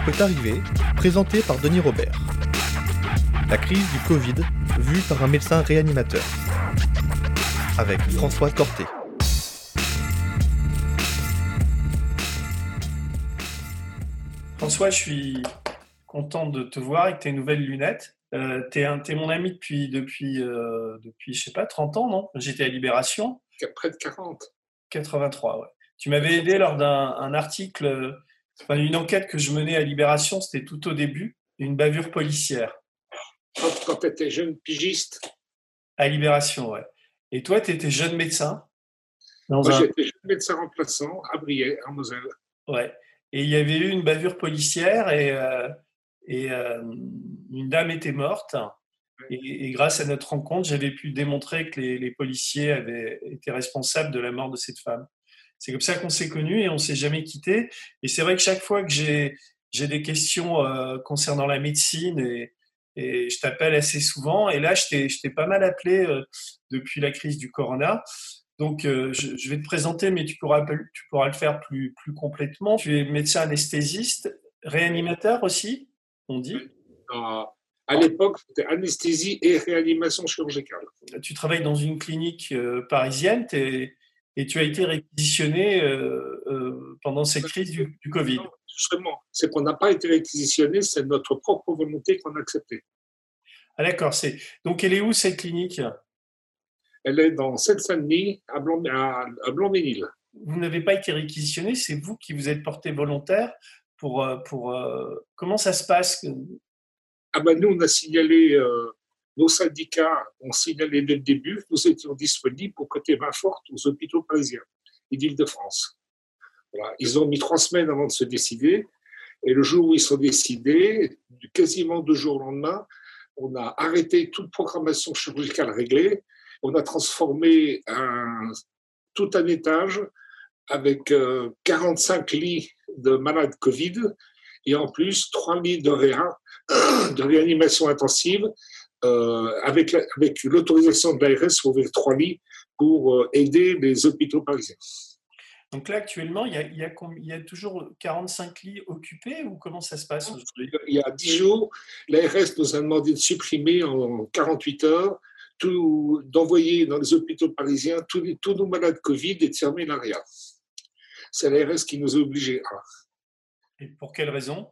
peut arriver, présenté par Denis Robert. La crise du Covid, vue par un médecin réanimateur. Avec François Corté. François, je suis content de te voir avec tes nouvelles lunettes. T'es mon ami depuis, je sais pas, 30 ans, non? J'étais à Libération. Près de 40. 83, ouais. Tu m'avais aidé lors d'un article, une enquête que je menais à Libération, c'était tout au début, une bavure policière. Quand tu étais jeune pigiste? À Libération, ouais. Et toi, tu étais jeune médecin? Moi, j'étais jeune médecin remplaçant à Briey, en Moselle. Ouais. Et il y avait eu une bavure policière et une dame était morte. Et grâce à notre rencontre, j'avais pu démontrer que les policiers avaient été responsables de la mort de cette femme. C'est comme ça qu'on s'est connus et on s'est jamais quittés. Et c'est vrai que chaque fois que j'ai des questions concernant la médecine et je t'appelle assez souvent. Et là, je t'ai pas mal appelé depuis la crise du corona. Donc, je vais te présenter, mais tu pourras le faire plus complètement. Tu es médecin anesthésiste, réanimateur aussi, on dit. À l'époque, c'était anesthésie et réanimation chirurgicale. Tu travailles dans une clinique parisienne et tu as été réquisitionné pendant cette crise du Covid. Non, justement, c'est qu'on n'a pas été réquisitionné, c'est notre propre volonté qu'on a acceptée. Ah d'accord, donc elle est où cette clinique? Elle est dans Seine-Saint-Denis, à Blanc-Ménil. Vous n'avez pas été réquisitionné, c'est vous qui vous êtes porté volontaire pour comment ça se passe? Nous, on a signalé, nos syndicats ont signalé dès le début, nous étions disponibles pour prêter main forte aux hôpitaux parisiens et d'Île-de-France. Voilà. Ils ont mis 3 semaines avant de se décider, et le jour où ils sont décidés, quasiment 2 jours au lendemain, on a arrêté toute programmation chirurgicale réglée, on a transformé tout un étage avec 45 lits de malades Covid, et en plus 3 lits de réanimation intensive, avec l'autorisation de l'ARS pour ouvrir 3 lits pour aider les hôpitaux parisiens. Donc là, actuellement, il y a toujours 45 lits occupés ou comment ça se passe aujourd'hui? Il y a 10 jours, l'ARS nous a demandé de supprimer en 48 heures, d'envoyer dans les hôpitaux parisiens tous nos malades Covid et de fermer l'ARIA. C'est l'ARS qui nous a obligés. Et pour quelle raison?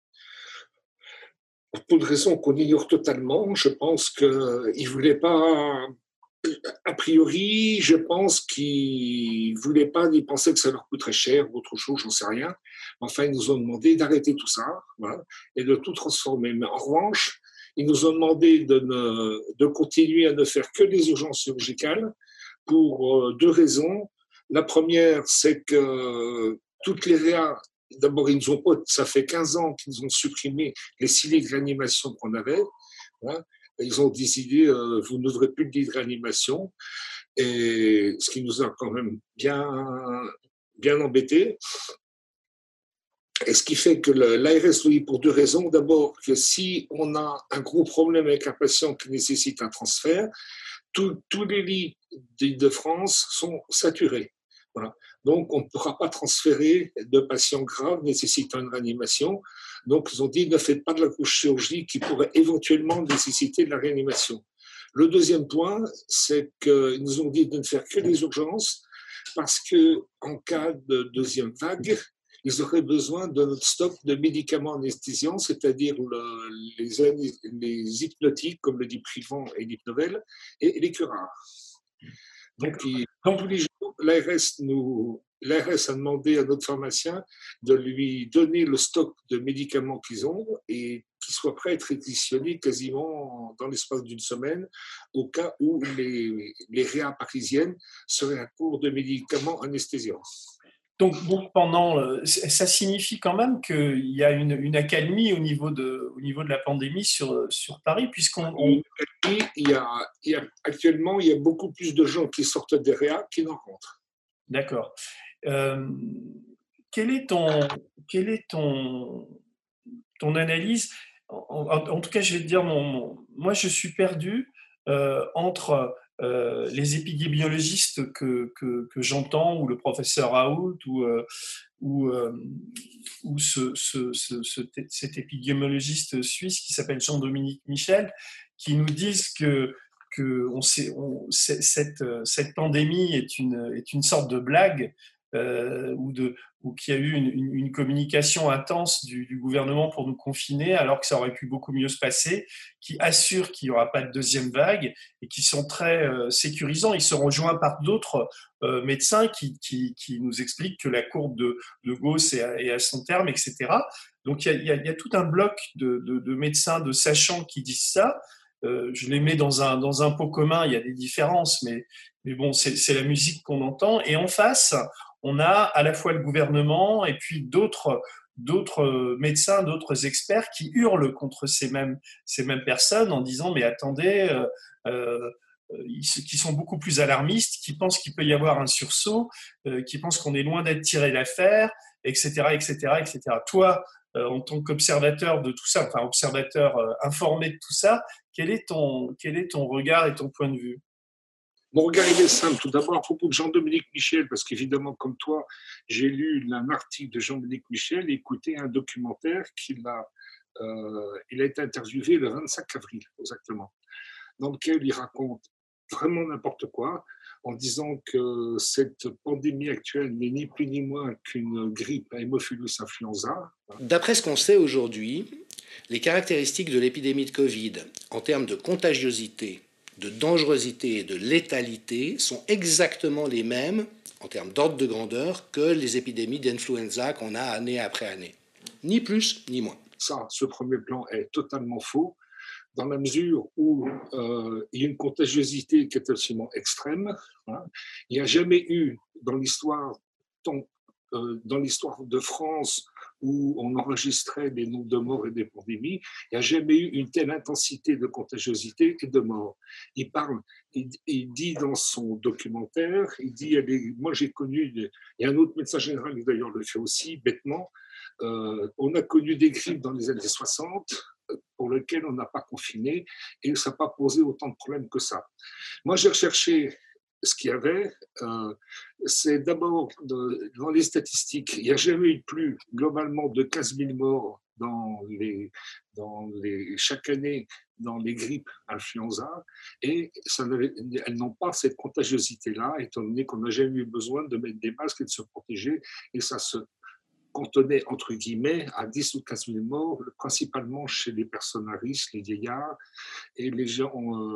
Pour une raison qu'on ignore totalement. Je pense qu'ils ne voulaient pas, a priori, je pense qu'ils ne voulaient pas, ils pensaient que ça leur coûterait cher ou autre chose, j'en sais rien. Enfin, ils nous ont demandé d'arrêter tout ça, voilà, et de tout transformer. Mais en revanche, ils nous ont demandé de continuer à ne faire que des urgences chirurgicales pour 2 raisons. La première, c'est que toutes les réa, d'abord, ils nous ont pas, ça fait 15 ans qu'ils nous ont supprimé les 6 lits de réanimation qu'on avait. Hein. Ils ont décidé, vous n'ouvrez plus de lits de réanimation, et ce qui nous a quand même bien embêtés. Et ce qui fait que l'ARS nous dit pour 2 raisons. D'abord, que si on a un gros problème avec un patient qui nécessite un transfert, tous les lits d'Île-de-France sont saturés. Voilà. Donc, on ne pourra pas transférer de patients graves nécessitant une réanimation. Donc, ils ont dit, ne faites pas de la couche chirurgie qui pourrait éventuellement nécessiter de la réanimation. Le deuxième point, c'est qu'ils nous ont dit de ne faire que des urgences parce qu'en cas de deuxième vague, ils auraient besoin de notre stock de médicaments anesthésiants, c'est-à-dire les hypnotiques, comme le Diprivan et l'Hypnovel, et les curares. Donc, tous les jours, l'ARS a demandé à notre pharmacien de lui donner le stock de médicaments qu'ils ont et qu'ils soient prêts à être réquisitionnés quasiment dans l'espace d'une semaine, au cas où les réa parisiennes seraient à court de médicaments anesthésiants. Donc ça signifie quand même qu'il y a une accalmie au niveau de la pandémie sur Paris, actuellement, il y a beaucoup plus de gens qui sortent des réa qui n'en rentrent. D'accord. Quelle est ton analyse? En tout cas, je vais te dire, moi, je suis perdu entre les épidémiologistes que j'entends, ou le professeur Raoult, ou cet épidémiologiste suisse qui s'appelle Jean-Dominique Michel, qui nous disent que cette pandémie est une sorte de blague, ou qu'il y a eu une communication intense du gouvernement pour nous confiner, alors que ça aurait pu beaucoup mieux se passer, qui assurent qu'il n'y aura pas de deuxième vague et qui sont très sécurisants. Ils seront rejoints par d'autres médecins qui nous expliquent que la courbe de Gauss est à son terme, etc. Donc il y a tout un bloc de médecins, de sachants qui disent ça. Je les mets dans un pot commun, il y a des différences, mais bon, c'est la musique qu'on entend. Et en face, on a à la fois le gouvernement et puis d'autres médecins, d'autres experts qui hurlent contre ces mêmes personnes en disant mais attendez, qui sont beaucoup plus alarmistes, qui pensent qu'il peut y avoir un sursaut, qui pensent qu'on est loin d'être tiré d'affaire, etc., etc., etc. Toi, en tant qu'observateur de tout ça, enfin observateur informé de tout ça, quel est ton regard et ton point de vue? Mon regard, il est simple. Tout d'abord, à propos de Jean-Dominique Michel, parce qu'évidemment, comme toi, j'ai lu un article de Jean-Dominique Michel et écouté un documentaire il a été interviewé le 25 avril, exactement, dans lequel il raconte vraiment n'importe quoi, en disant que cette pandémie actuelle n'est ni plus ni moins qu'une grippe à Haemophilus influenza. D'après ce qu'on sait aujourd'hui, les caractéristiques de l'épidémie de Covid en termes de contagiosité, de dangerosité et de létalité sont exactement les mêmes en termes d'ordre de grandeur que les épidémies d'influenza qu'on a année après année. Ni plus, ni moins. Ça, ce premier plan est totalement faux, dans la mesure où il y a une contagiosité qui est absolument extrême. Hein. Il n'y a jamais eu dans l'histoire de France où on enregistrait des nombres de morts et des pandémies, il n'y a jamais eu une telle intensité de contagiosité et de morts. Il dit dans son documentaire, moi j'ai connu, il y a un autre médecin général qui d'ailleurs le fait aussi, bêtement, on a connu des grippes dans les années 60 pour lesquelles on n'a pas confiné et ça n'a pas posé autant de problèmes que ça. Moi j'ai recherché ce qu'il y avait, c'est d'abord dans les statistiques, il n'y a jamais eu plus globalement de 15 000 morts chaque année dans les grippes influenza, et elles n'ont pas cette contagiosité-là, étant donné qu'on n'a jamais eu besoin de mettre des masques et de se protéger, et ça se cantonnait entre guillemets à 10 ou 15 000 morts, principalement chez les personnes à risque, les vieillards et les gens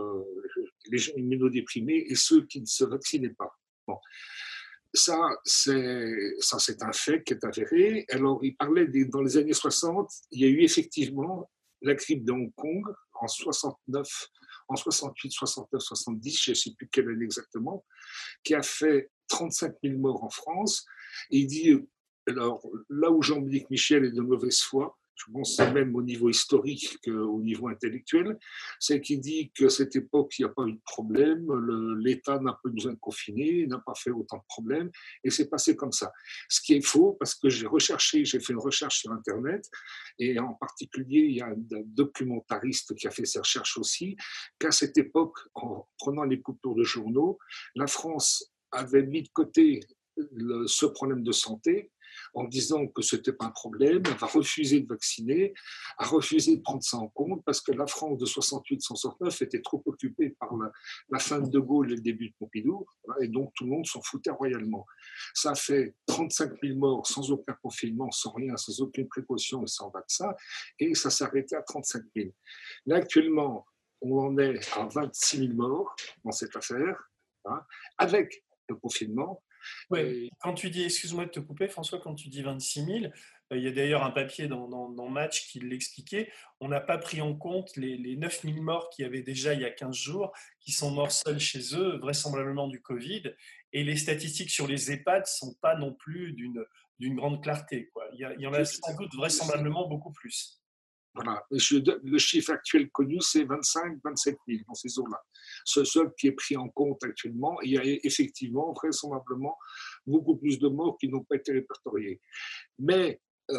immunodéprimés et ceux qui ne se vaccinaient pas. Bon. Ça, c'est un fait qui est avéré. Alors, il parlait dans les années 60, il y a eu effectivement la grippe de Hong Kong en 69, en 68, 69, 70, je ne sais plus quelle année exactement, qui a fait 35 000 morts en France. Et il dit, alors là où Jean-Dominique Michel est de mauvaise foi, je pense même au niveau historique qu'au niveau intellectuel, c'est qu'il dit qu'à cette époque, il n'y a pas eu de problème, l'État n'a pas eu besoin de confiner, n'a pas fait autant de problèmes, et c'est passé comme ça. Ce qui est faux, parce que j'ai fait une recherche sur Internet, et en particulier, il y a un documentariste qui a fait ses recherches aussi, qu'à cette époque, en prenant les coupures de journaux, la France avait mis de côté ce problème de santé, en disant que ce n'était pas un problème, elle va refuser de vacciner, a refusé de prendre ça en compte parce que la France de 68-69 était trop occupée par la fin de De Gaulle et le début de Pompidou, et donc tout le monde s'en foutait royalement. Ça a fait 35 000 morts sans aucun confinement, sans rien, sans aucune précaution et sans vaccin, et ça s'est arrêté à 35 000. Là, actuellement, on en est à 26 000 morts dans cette affaire, avec le confinement. Ouais. Quand tu dis, excuse-moi de te couper, François, quand tu dis 26 000, il y a d'ailleurs un papier dans Match qui l'expliquait, on n'a pas pris en compte les 9 000 morts qu'il y avait déjà il y a 15 jours, qui sont morts seuls chez eux, vraisemblablement du Covid, et les statistiques sur les EHPAD ne sont pas non plus d'une grande clarté, quoi. Il y en a sans doute vraisemblablement beaucoup plus. Voilà. Le chiffre actuel connu, c'est 25-27 000 dans ces eaux-là. Ce seul qui est pris en compte actuellement, il y a effectivement, vraisemblablement, beaucoup plus de morts qui n'ont pas été répertoriés. Mais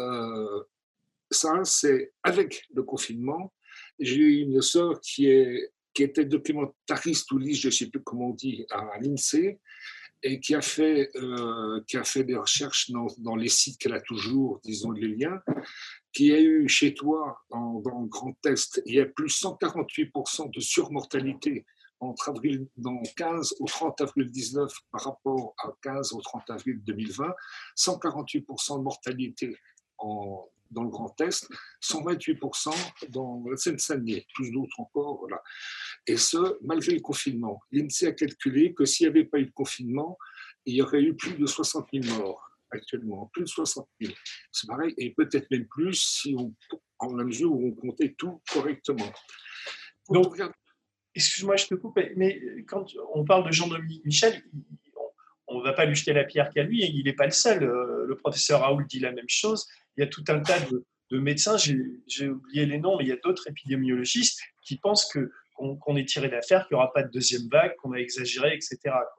ça, c'est avec le confinement. J'ai eu une sœur qui était documentariste ou liste, je ne sais plus comment on dit, à l'INSEE, et qui a fait des recherches dans les sites qu'elle a toujours, disons les liens, qui a eu chez toi, dans le Grand Est, il y a plus 148% de surmortalité dans 15 au 30 avril 19 par rapport à 15 au 30 avril 2020, 148% de mortalité dans le Grand Est, 128% dans la Seine-Saint-Denis, plus d'autres encore, voilà. Et ce, malgré le confinement. L'INSEE a calculé que s'il n'y avait pas eu de confinement, il y aurait eu plus de 60 000 morts actuellement, plus de 60 000. C'est pareil, et peut-être même plus si en la mesure où on comptait tout correctement. Donc, excuse-moi, je te coupe, mais quand on parle de Jean-Dominique Michel, on ne va pas lui jeter la pierre qu'à lui, il n'est pas le seul. Le professeur Raoult dit la même chose. Il y a tout un tas de médecins, j'ai oublié les noms, mais il y a d'autres épidémiologistes qui pensent qu'on est tiré d'affaire, qu'il n'y aura pas de deuxième vague, qu'on a exagéré, etc.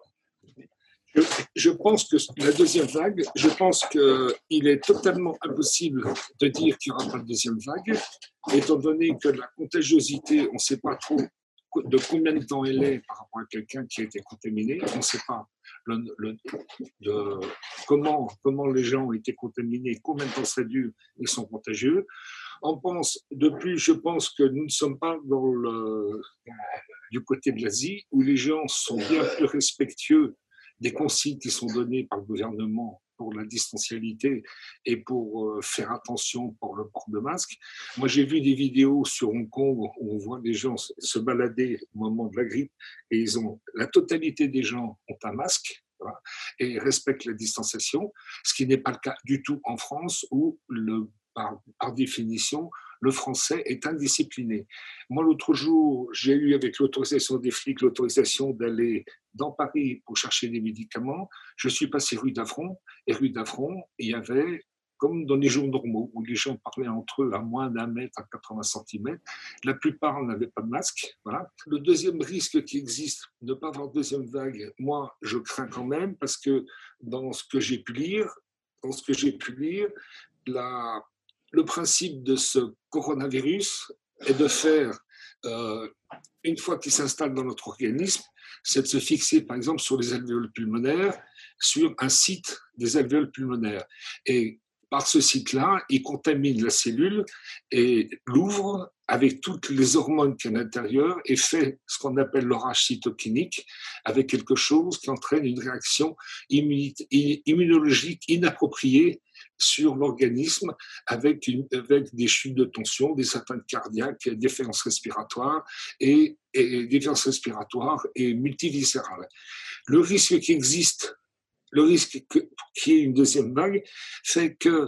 Je pense que la deuxième vague, je pense qu'il est totalement impossible de dire qu'il n'y aura pas de deuxième vague, étant donné que la contagiosité, on ne sait pas trop de combien de temps elle est par rapport à quelqu'un qui a été contaminé. On ne sait pas comment les gens ont été contaminés, combien de temps ça dure et sont contagieux. Je pense que nous ne sommes pas du côté de l'Asie, où les gens sont bien plus respectueux des consignes qui sont données par le gouvernement pour la distancialité et pour faire attention pour le port de masque. Moi, j'ai vu des vidéos sur Hong Kong où on voit des gens se balader au moment de la grippe et la totalité des gens ont un masque, voilà, et respectent la distanciation, ce qui n'est pas le cas du tout en France où, par définition, le français est indiscipliné. Moi, l'autre jour, j'ai eu avec l'autorisation des flics l'autorisation d'aller dans Paris pour chercher des médicaments. Je suis passé rue d'Avron, et rue d'Avron, il y avait, comme dans les jours normaux, où les gens parlaient entre eux à moins d'1 mètre, à 80 cm, la plupart n'avaient pas de masque. Voilà. Le deuxième risque qui existe, ne pas avoir de deuxième vague, moi, je crains quand même, parce que dans ce que j'ai pu lire, le principe de ce coronavirus est de faire, une fois qu'il s'installe dans notre organisme, c'est de se fixer, par exemple, sur les alvéoles pulmonaires, sur un site des alvéoles pulmonaires. Et par ce site-là, il contamine la cellule et l'ouvre avec toutes les hormones qu'il y a à l'intérieur et fait ce qu'on appelle l'orage cytokinique, avec quelque chose qui entraîne une réaction immunologique inappropriée sur l'organisme avec des chutes de tension, des atteintes cardiaques, des défaillances respiratoires et multiviscérales. Le risque qui existe, qu'il y ait une deuxième vague, fait que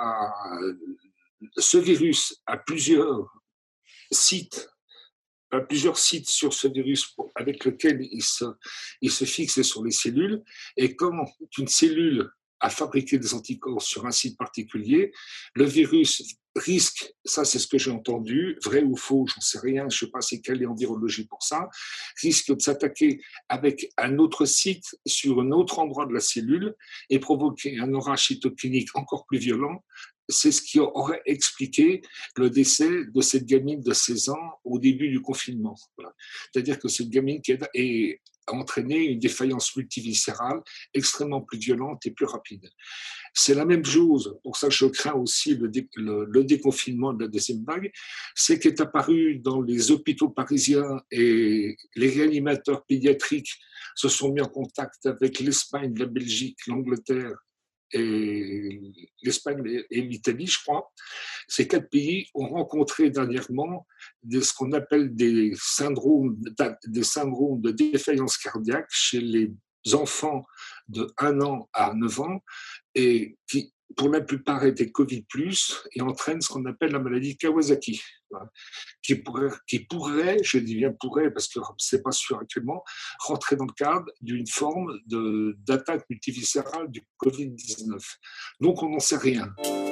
ce virus a plusieurs sites sur ce virus avec lequel il se fixe sur les cellules. Et comme une cellule a fabriqué des anticorps sur un site particulier, le virus risque, ça c'est ce que j'ai entendu, vrai ou faux, j'en sais rien, je ne sais pas c'est quelle est en virologie pour ça, risque de s'attaquer avec un autre site sur un autre endroit de la cellule et provoquer un orage cytokinique encore plus violent. C'est ce qui aurait expliqué le décès de cette gamine de 16 ans au début du confinement. Voilà. C'est-à-dire que cette gamine qui a entraîné une défaillance multiviscérale extrêmement plus violente et plus rapide. C'est la même chose, pour ça que je crains aussi le déconfinement de la deuxième vague, c'est qu'est apparu dans les hôpitaux parisiens et les réanimateurs pédiatriques se sont mis en contact avec l'Espagne, la Belgique, l'Angleterre, et l'Espagne et l'Italie, je crois. Ces 4 pays ont rencontré dernièrement ce qu'on appelle des syndromes de défaillance cardiaque chez les enfants de 1 an à 9 ans et qui, pour la plupart, étaient Covid+, et entraînent ce qu'on appelle la maladie Kawasaki, qui pourrait, je dis bien pourrait, parce que ce n'est pas sûr actuellement, rentrer dans le cadre d'une forme d'attaque multiviscérale du Covid-19. Donc, on n'en sait rien.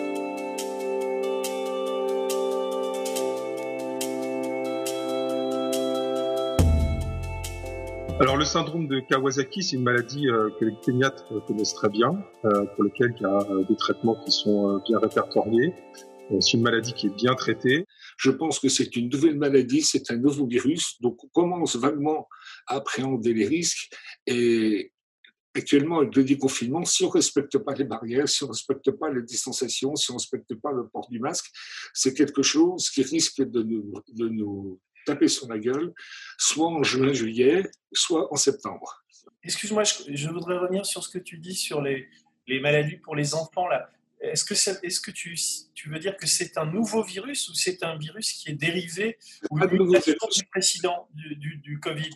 Alors, le syndrome de Kawasaki, c'est une maladie que les pédiatres connaissent très bien, pour laquelle il y a des traitements qui sont bien répertoriés. C'est une maladie qui est bien traitée. Je pense que c'est une nouvelle maladie, c'est un nouveau virus, donc on commence vaguement à appréhender les risques et actuellement, avec le déconfinement, si on ne respecte pas les barrières, si on ne respecte pas la distanciation, si on ne respecte pas le port du masque, c'est quelque chose qui risque de nous taper sur la gueule, soit en juin, juillet, soit en septembre. Excuse-moi, je voudrais revenir sur ce que tu dis sur les maladies pour les enfants, là. Est-ce que tu veux dire que c'est un nouveau virus ou c'est un virus qui est dérivé ou une mutation du précédent, du Covid?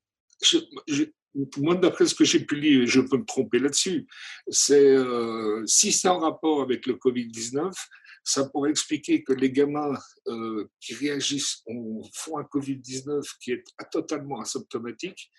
Moi, d'après ce que j'ai pu lire, je peux me tromper là-dessus, si c'est en rapport avec le Covid-19, ça pourrait expliquer que les gamins qui réagissent, font un Covid-19 qui est totalement asymptomatique,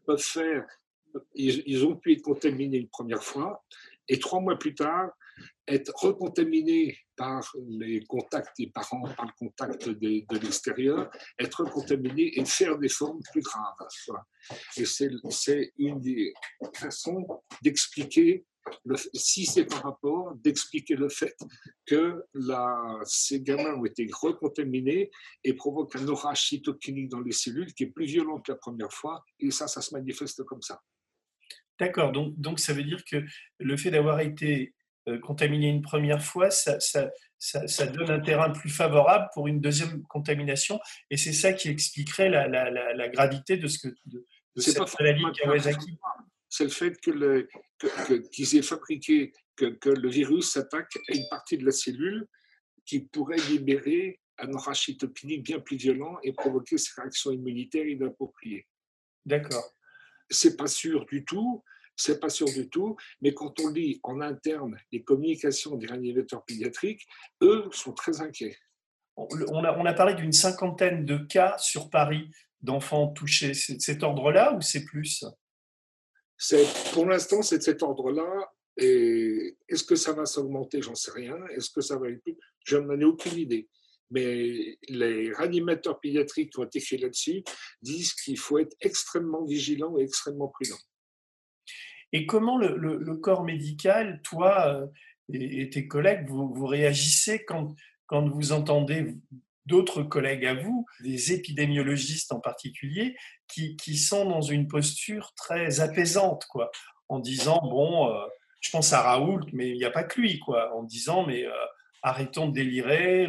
ils ont pu être contaminés une première fois, et 3 mois plus tard, être recontaminés par les contacts des parents, par le contact de l'extérieur, être recontaminés et faire des formes plus graves. Voilà. Et c'est une des façons d'expliquer, si c'est un rapport, d'expliquer le fait que ces gamins ont été recontaminés et provoquent un orage cytokinique dans les cellules qui est plus violent que la première fois, et ça se manifeste comme ça. D'accord, donc ça veut dire que le fait d'avoir été contaminé une première fois, ça donne un terrain plus favorable pour une deuxième contamination, et c'est ça qui expliquerait la gravité de cette maladie Kawasaki. C'est le fait qu'ils aient fabriqué, que le virus s'attaque à une partie de la cellule qui pourrait libérer un orage cytokinique bien plus violent et provoquer ces réactions immunitaires inappropriées. D'accord. C'est pas sûr du tout, mais quand on lit en interne les communications des réanimateurs pédiatriques, eux sont très inquiets. On a parlé d'une 50aine de cas sur Paris d'enfants touchés. C'est de cet ordre-là ou c'est plus? Pour l'instant, c'est de cet ordre-là. Et est-ce que ça va s'augmenter? J'en sais rien. Est-ce que ça va être plus? Je n'en ai aucune idée. Mais les réanimateurs pédiatriques qui ont été écrits là-dessus disent qu'il faut être extrêmement vigilant et extrêmement prudent. Et comment le corps médical, toi et tes collègues, vous réagissez quand vous entendez d'autres collègues à vous, des épidémiologistes en particulier, qui sont dans une posture très apaisante, quoi, en disant, je pense à Raoult, mais il n'y a pas que lui, quoi, en disant, mais arrêtons de délirer,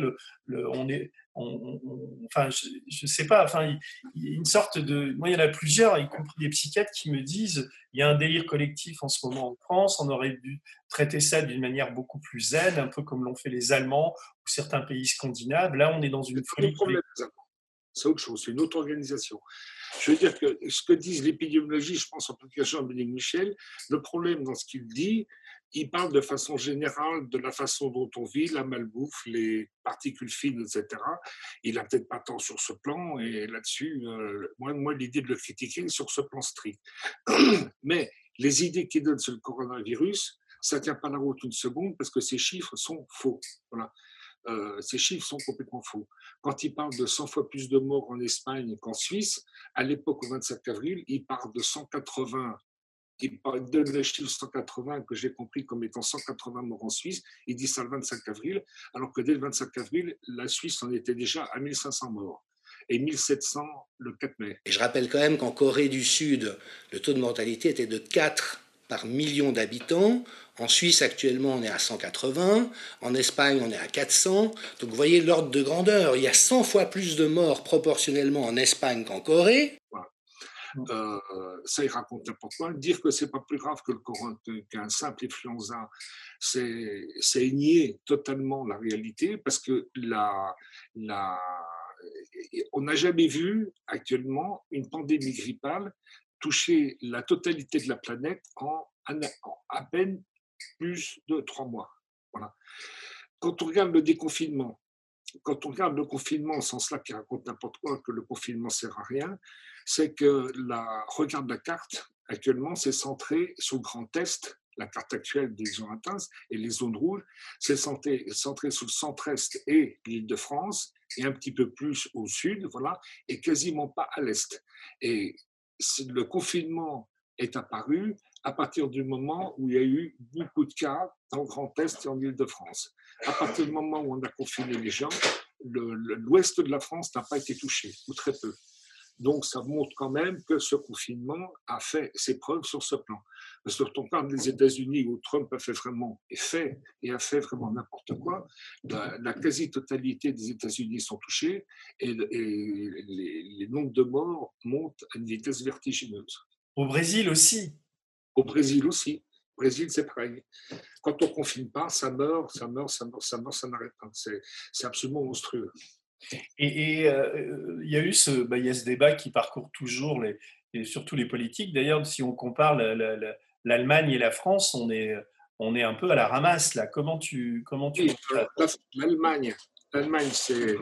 enfin, je sais pas, enfin, il y a une sorte de... Moi, il y en a plusieurs, y compris des psychiatres, qui me disent il y a un délire collectif en ce moment en France, on aurait dû traiter ça d'une manière beaucoup plus zen, un peu comme l'ont fait les Allemands ou certains pays scandinaves. Là, on est dans une folie. C'est autre chose, c'est une autre organisation. Je veux dire que ce que disent l'épidémiologie, je pense en tout cas Jean-Dominique Michel, le problème dans ce qu'il dit, il parle de façon générale de la façon dont on vit, la malbouffe, les particules fines, etc. Il n'a peut-être pas tant sur ce plan, et là-dessus, moi, l'idée de le critiquer sur ce plan strict. Mais les idées qu'il donne sur le coronavirus, ça ne tient pas la route une seconde parce que ces chiffres sont faux. Voilà. Ces chiffres sont complètement faux. Quand il parle de 100 fois plus de morts en Espagne qu'en Suisse, à l'époque, au 25 avril, il parle de 180. Il donne le chiffre 180 que j'ai compris comme étant 180 morts en Suisse. Il dit ça le 25 avril, alors que dès le 25 avril, la Suisse en était déjà à 1500 morts et 1700 le 4 mai. Et je rappelle quand même qu'en Corée du Sud, le taux de mortalité était de 4 par million d'habitants. En Suisse, actuellement, on est à 180. En Espagne, on est à 400. Donc, vous voyez l'ordre de grandeur. Il y a 100 fois plus de morts proportionnellement en Espagne qu'en Corée. Voilà. Ça, il raconte n'importe quoi. Dire que c'est pas plus grave que qu'un simple influenza, c'est nier totalement la réalité parce que on n'a jamais vu actuellement une pandémie grippale toucher la totalité de la planète en à peine plus de 3 mois. Voilà. Quand on regarde le déconfinement, au sens là qui raconte n'importe quoi, que le confinement ne sert à rien, c'est que regarde la carte, actuellement, c'est centré sur le Grand Est, la carte actuelle des zones atteintes et les zones rouges, c'est centré sur le centre-est et l'Île-de-France, et un petit peu plus au sud, voilà, et quasiment pas à l'est. Et le confinement est apparu à partir du moment où il y a eu beaucoup de cas dans le Grand Est et en Île-de-France. À partir du moment où on a confiné les gens, l'ouest de la France n'a pas été touché, ou très peu. Donc, ça montre quand même que ce confinement a fait ses preuves sur ce plan. Parce que quand on parle des États-Unis où Trump a fait vraiment, a fait vraiment n'importe quoi, la quasi-totalité des États-Unis sont touchés et les nombres de morts montent à une vitesse vertigineuse. Au Brésil aussi. Au Brésil aussi. Au Brésil, c'est pareil. Quand on ne confine pas, ça meurt, ça n'arrête pas. C'est absolument monstrueux. Et il y a eu il y a ce débat qui parcourt toujours, et surtout les politiques. D'ailleurs, si on compare l'Allemagne et la France, on est un peu à la ramasse, là. Comment tu oui, l'Allemagne, c'est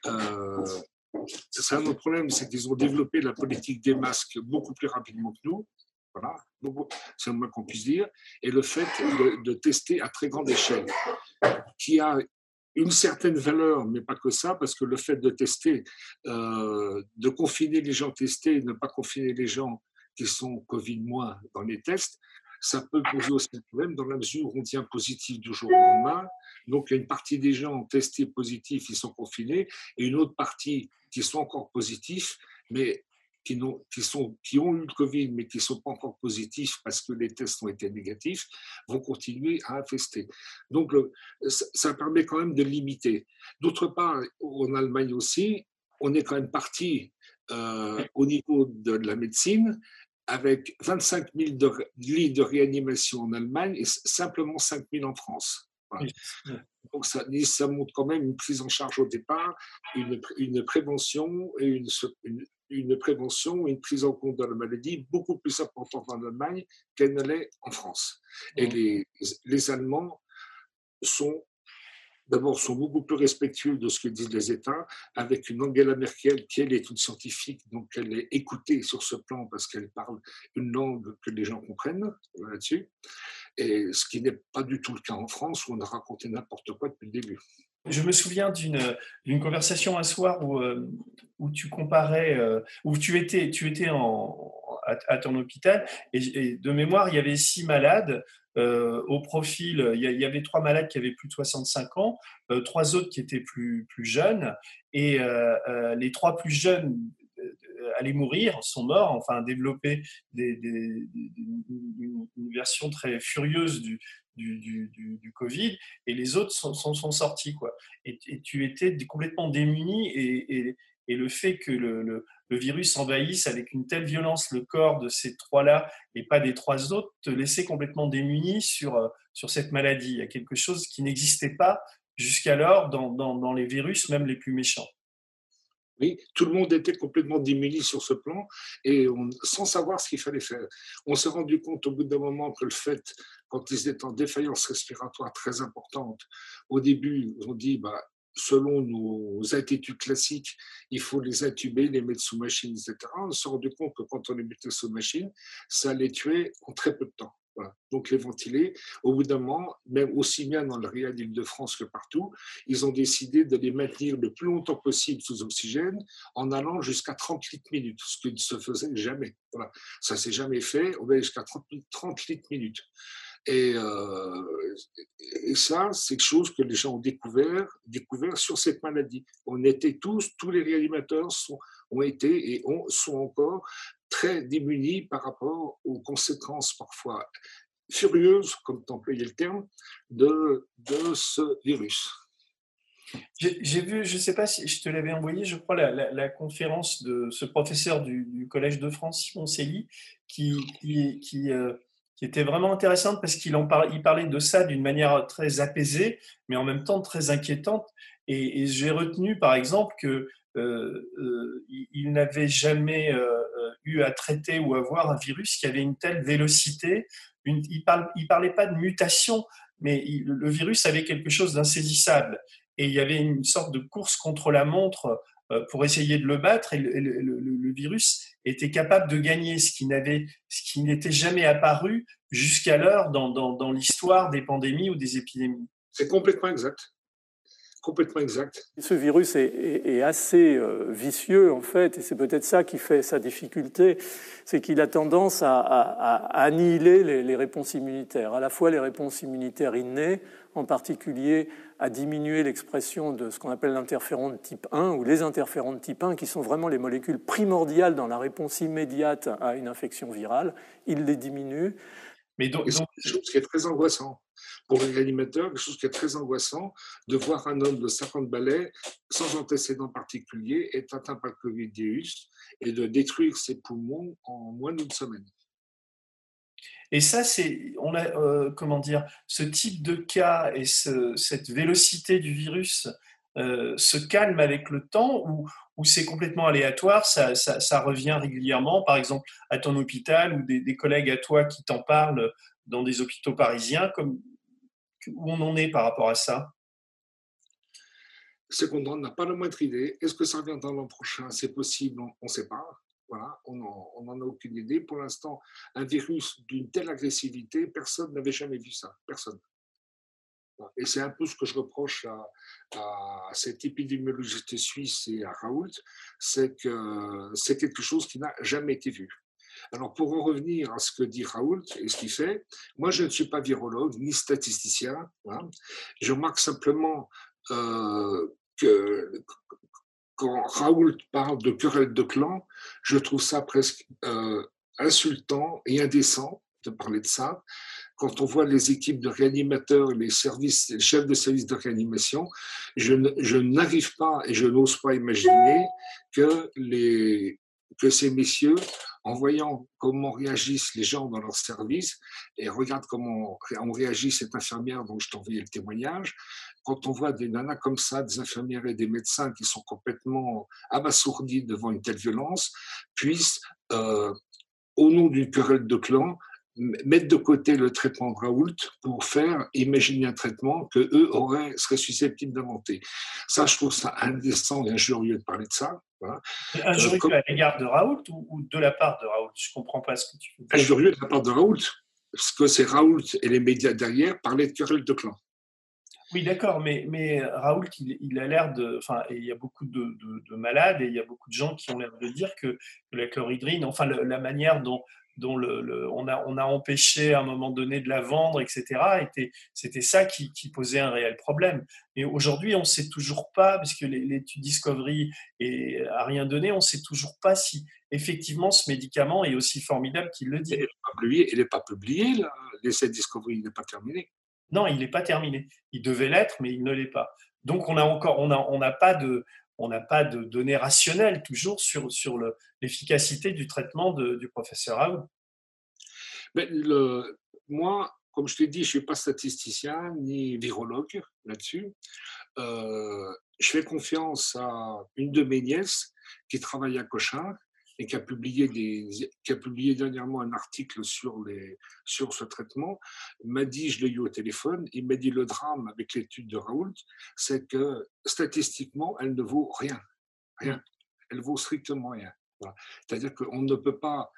un autre problème, c'est qu'ils ont développé la politique des masques beaucoup plus rapidement que nous. Voilà, c'est le moins qu'on puisse dire. Et le fait de tester à très grande échelle, qui a une certaine valeur, mais pas que ça, parce que le fait de tester, de confiner les gens testés et ne pas confiner les gens qui sont Covid- dans les tests, ça peut poser aussi un problème dans la mesure où on tient positif du jour au lendemain. Donc, il y a une partie des gens testés positifs, ils sont confinés, et une autre partie qui sont encore positifs, mais qui ont eu le Covid, mais qui ne sont pas encore positifs parce que les tests ont été négatifs, vont continuer à infester. Donc, ça permet quand même de limiter. D'autre part, en Allemagne aussi, on est quand même parti au niveau de la médecine avec 25 000 lits de réanimation en Allemagne et simplement 5 000 en France. Voilà. Donc, ça montre quand même une prise en charge au départ, une prévention et une prévention et une prise en compte de la maladie beaucoup plus importante en Allemagne qu'elle ne l'est en France. Et les Allemands sont beaucoup plus respectueux de ce que disent les États, avec une Angela Merkel qui, elle, est une scientifique, donc elle est écoutée sur ce plan parce qu'elle parle une langue que les gens comprennent là-dessus. Et ce qui n'est pas du tout le cas en France, où on a raconté n'importe quoi depuis le début. Je me souviens d'une conversation un soir où tu comparais, où tu étais à ton hôpital, et de mémoire, il y avait 6 malades au profil. Il y avait 3 malades qui avaient plus de 65 ans, 3 autres qui étaient plus jeunes, et les 3 plus jeunes allaient mourir, sont morts, enfin développer une version très furieuse du Covid, et les autres sont sortis, quoi. Et tu étais complètement démuni, et le fait que le virus envahisse avec une telle violence le corps de ces 3-là et pas des 3 autres te laissait complètement démuni sur cette maladie. Il y a quelque chose qui n'existait pas jusqu'alors dans les virus, même les plus méchants. Oui, tout le monde était complètement démuni sur ce plan et sans savoir ce qu'il fallait faire. On s'est rendu compte au bout d'un moment que le fait, quand ils étaient en défaillance respiratoire très importante, au début, on dit, selon nos attitudes classiques, il faut les intuber, les mettre sous machine, etc. On s'est rendu compte que quand on les mettait sous machine, ça les tuait en très peu de temps. Voilà. Donc les ventiler, au bout d'un moment, même aussi bien dans le Riad d'Île-de-France que partout, ils ont décidé de les maintenir le plus longtemps possible sous oxygène en allant jusqu'à 30 litres minutes, ce qui ne se faisait jamais. Voilà. Ça ne s'est jamais fait, on va jusqu'à 30 litres minutes. Et ça, c'est quelque chose que les gens ont découvert sur cette maladie. On était tous les réanimateurs ont été et sont encore très démunis par rapport aux conséquences parfois furieuses, comme tu employais le terme, de ce virus. J'ai vu, je ne sais pas si je te l'avais envoyé, je crois, la conférence de ce professeur du Collège de France, Simon Cély, qui était vraiment intéressante parce qu'il parlait de ça d'une manière très apaisée, mais en même temps très inquiétante. Et j'ai retenu, par exemple, que il n'avait jamais eu à traiter ou à voir un virus qui avait une telle vélocité. Il parlait pas de mutation, mais le virus avait quelque chose d'insaisissable. Et il y avait une sorte de course contre la montre pour essayer de le battre, et le virus était capable de gagner, ce qui n'était jamais apparu jusqu'alors dans l'histoire des pandémies ou des épidémies. C'est complètement exact. Complètement exact. Ce virus est assez vicieux, en fait, et c'est peut-être ça qui fait sa difficulté, c'est qu'il a tendance à annihiler les réponses immunitaires, à la fois les réponses immunitaires innées, en particulier à diminuer l'expression de ce qu'on appelle l'interféron de type 1 ou les interférons de type 1, qui sont vraiment les molécules primordiales dans la réponse immédiate à une infection virale. Il les diminue. Mais donc, c'est quelque chose qui est très angoissant. Pour les réanimateurs, quelque chose qui est très angoissant de voir un homme de 50 balais, sans antécédent particulier, être atteint par le Covid-19 et de détruire ses poumons en moins d'une semaine. Et ça, on a, comment dire, ce type de cas et cette vélocité du virus se calme avec le temps ou c'est complètement aléatoire, ça revient régulièrement, par exemple à ton hôpital ou des collègues à toi qui t'en parlent dans des hôpitaux parisiens, où on en est par rapport à ça? C'est qu'on n'a pas la moindre idée. Est-ce que ça reviendra l'an prochain? C'est possible, on ne sait pas. Voilà, on n'en a aucune idée. Pour l'instant, un virus d'une telle agressivité, personne n'avait jamais vu ça. Personne. Et c'est un peu ce que je reproche à cet épidémiologiste suisse et à Raoult, c'est que c'est quelque chose qui n'a jamais été vu. Alors, pour en revenir à ce que dit Raoult et ce qu'il fait, moi, je ne suis pas virologue ni statisticien. Hein. Je remarque simplement que quand Raoult parle de querelle de clan, je trouve ça presque insultant et indécent de parler de ça. Quand on voit les équipes de réanimateurs, les chefs de service de réanimation, je n'arrive pas et je n'ose pas imaginer que ces messieurs, en voyant comment réagissent les gens dans leur service, et regarde comment on réagit cette infirmière dont je t'ai envoyé le témoignage, quand on voit des nanas comme ça, des infirmières et des médecins qui sont complètement abasourdis devant une telle violence, puissent, au nom d'une querelle de clan, mettre de côté le traitement de Raoult pour faire imaginer un traitement qu'eux seraient susceptibles d'inventer. Ça, je trouve ça indécent et injurieux de parler de ça. Voilà. Injurieux à l'égard de Raoult ou de la part de Raoult? Je ne comprends pas ce que tu veux dire. Injurieux de la part de Raoult, parce que c'est Raoult et les médias derrière parlaient de querelle de clan. Oui, d'accord, mais Raoult, il a l'air de... Enfin, il y a beaucoup de malades et il y a beaucoup de gens qui ont l'air de dire que la chlorhydrine, enfin, la manière dont on a empêché à un moment donné de la vendre, etc., c'était ça qui posait un réel problème. Et aujourd'hui, on ne sait toujours pas, puisque l'étude Discovery n'a rien donné, on ne sait toujours pas si effectivement ce médicament est aussi formidable qu'il le dit. Il n'est pas publié, là. L'essai Discovery n'est pas terminé. Non, il n'est pas terminé. Il devait l'être, mais il ne l'est pas. Donc, on n'a pas de données rationnelles toujours sur l'efficacité du traitement du professeur Raoult. Mais moi, comme je t'ai dit, je ne suis pas statisticien ni virologue là-dessus. Je fais confiance à une de mes nièces qui travaille à Cochin et qui a publié dernièrement un article sur ce traitement. Il m'a dit, je l'ai eu au téléphone, il m'a dit le drame avec l'étude de Raoult, c'est que statistiquement, elle ne vaut rien. Rien. Elle vaut strictement rien. Voilà. C'est-à-dire qu'on ne peut pas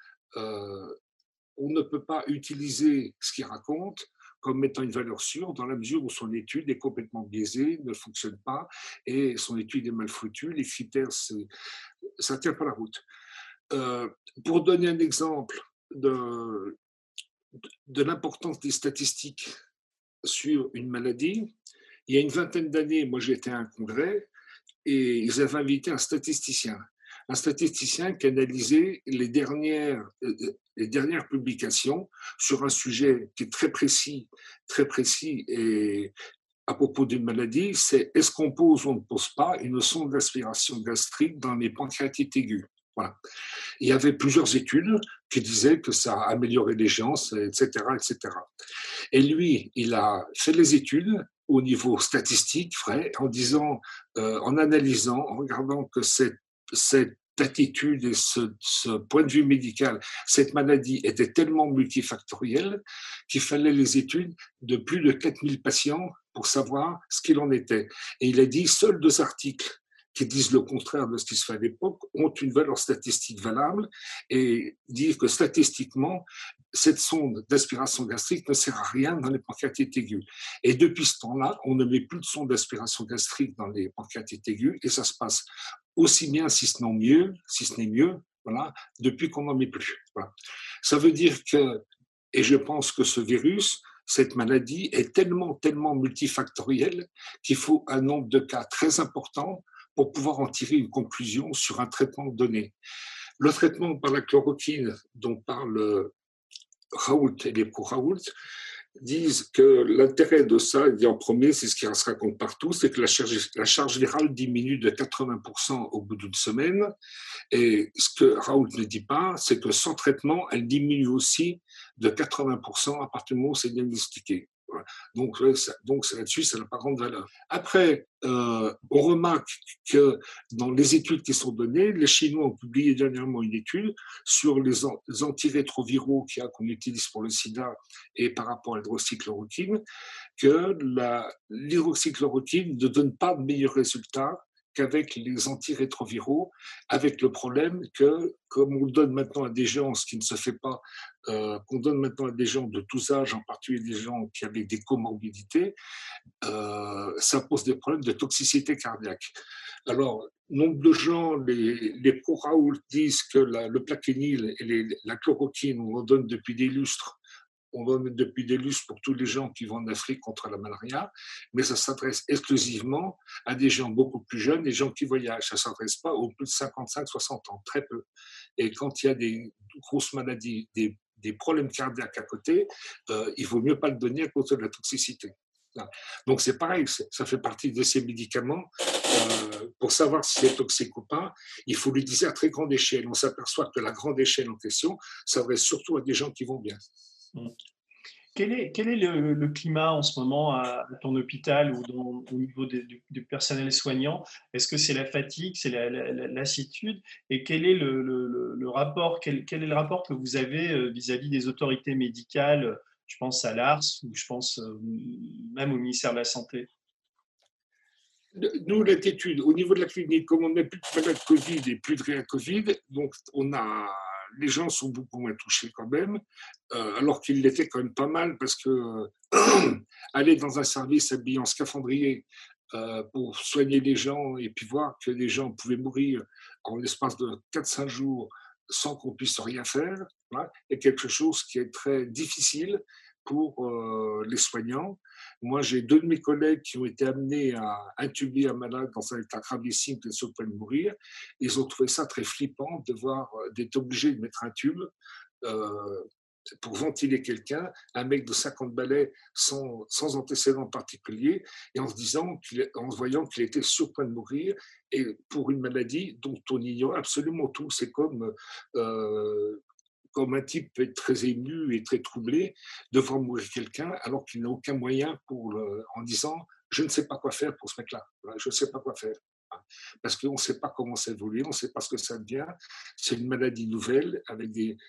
utiliser ce qu'il raconte comme étant une valeur sûre dans la mesure où son étude est complètement biaisée, ne fonctionne pas et son étude est mal foutue. Les critères, ça ne tient pas la route. Pour donner un exemple de l'importance des statistiques sur une maladie, il y a une vingtaine d'années, moi j'étais à un congrès et ils avaient invité un statisticien qui analysait les dernières publications sur un sujet qui est très précis et à propos d'une maladie, c'est est-ce qu'on pose ou on ne pose pas une sonde d'aspiration gastrique dans les pancréatites aigus. Voilà. Il y avait plusieurs études qui disaient que ça améliorait les chances, etc., etc. Et lui, il a fait les études au niveau statistique, vrai, en analysant, en regardant que cette attitude et ce point de vue médical, cette maladie était tellement multifactorielle qu'il fallait les études de plus de 4000 patients pour savoir ce qu'il en était. Et il a dit, seuls 2 articles qui disent le contraire de ce qui se fait à l'époque ont une valeur statistique valable et disent que statistiquement, cette sonde d'aspiration gastrique ne sert à rien dans les pancréatites aigus. Et depuis ce temps-là, on ne met plus de sonde d'aspiration gastrique dans les pancréatites aigus et ça se passe aussi bien, si ce n'est mieux, voilà, depuis qu'on n'en met plus. Voilà. Ça veut dire que, et je pense que ce virus cette maladie est tellement multifactorielle qu'il faut un nombre de cas très important pour pouvoir en tirer une conclusion sur un traitement donné. Le traitement par la chloroquine dont parle Raoult et les pro-Raoult disent que l'intérêt de ça, dit en premier, c'est ce qui se raconte partout, c'est que la charge virale diminue de 80% au bout d'une semaine. Et ce que Raoult ne dit pas, c'est que sans traitement, elle diminue aussi de 80% à partir du moment où c'est diagnostiqué. Voilà. Donc là-dessus, ça n'a pas grande valeur. Après, on remarque que dans les études qui sont données, les Chinois ont publié dernièrement une étude sur les antirétroviraux qu'on utilise pour le sida et par rapport à l'hydroxychloroquine, que l'hydroxychloroquine ne donne pas de meilleurs résultats qu'avec les antirétroviraux, avec le problème que, comme on le donne maintenant à des gens, ce qui ne se fait pas, qu'on donne maintenant à des gens de tous âges, en particulier des gens qui avaient des comorbidités, ça pose des problèmes de toxicité cardiaque. Alors, nombre de gens, les pro-Raoult disent que le plaquenil et la chloroquine, on en donne depuis des lustres, pour tous les gens qui vont en Afrique contre la malaria, mais ça s'adresse exclusivement à des gens beaucoup plus jeunes, des gens qui voyagent. Ça ne s'adresse pas aux plus de 55-60 ans, très peu. Et quand il y a des grosses maladies, des problèmes cardiaques à côté, il vaut mieux pas le donner à cause de la toxicité. Donc c'est pareil, ça fait partie de ces médicaments. Pour savoir si c'est toxique ou pas, il faut l'utiliser à très grande échelle. On s'aperçoit que la grande échelle en question s'adresse surtout à des gens qui vont bien. Quel est le climat en ce moment à ton hôpital ou au niveau du personnel soignant? Est-ce que c'est la fatigue, c'est la lassitude? Et quel est le rapport, quel est le rapport que vous avez vis-à-vis des autorités médicales? Je pense à l'ARS ou je pense même au ministère de la Santé. Nous, l'attitude, au niveau de la clinique, comme on n'a plus de malades Covid et plus de rien Covid, donc les gens sont beaucoup moins touchés quand même, alors qu'ils l'étaient quand même pas mal, parce que aller dans un service habillé en scaphandrier pour soigner les gens et puis voir que les gens pouvaient mourir en l'espace de 4-5 jours sans qu'on puisse rien faire, hein, est quelque chose qui est très difficile pour les soignants. Moi, j'ai 2 de mes collègues qui ont été amenés à intuber un malade dans un état gravissime qui est sur le point de mourir. Ils ont trouvé ça très flippant d'être obligés de mettre un tube pour ventiler quelqu'un, un mec de 50 balais sans antécédent particulier, et en se voyant qu'il était sur le point de mourir, et pour une maladie dont on ignore absolument tout. C'est comme un type peut être très ému et très troublé devant mourir quelqu'un alors qu'il n'a aucun moyen en disant « je ne sais pas quoi faire pour ce mec-là, je ne sais pas quoi faire ». Parce qu'on ne sait pas comment ça évolue, on ne sait pas ce que ça devient. C'est une maladie nouvelle avec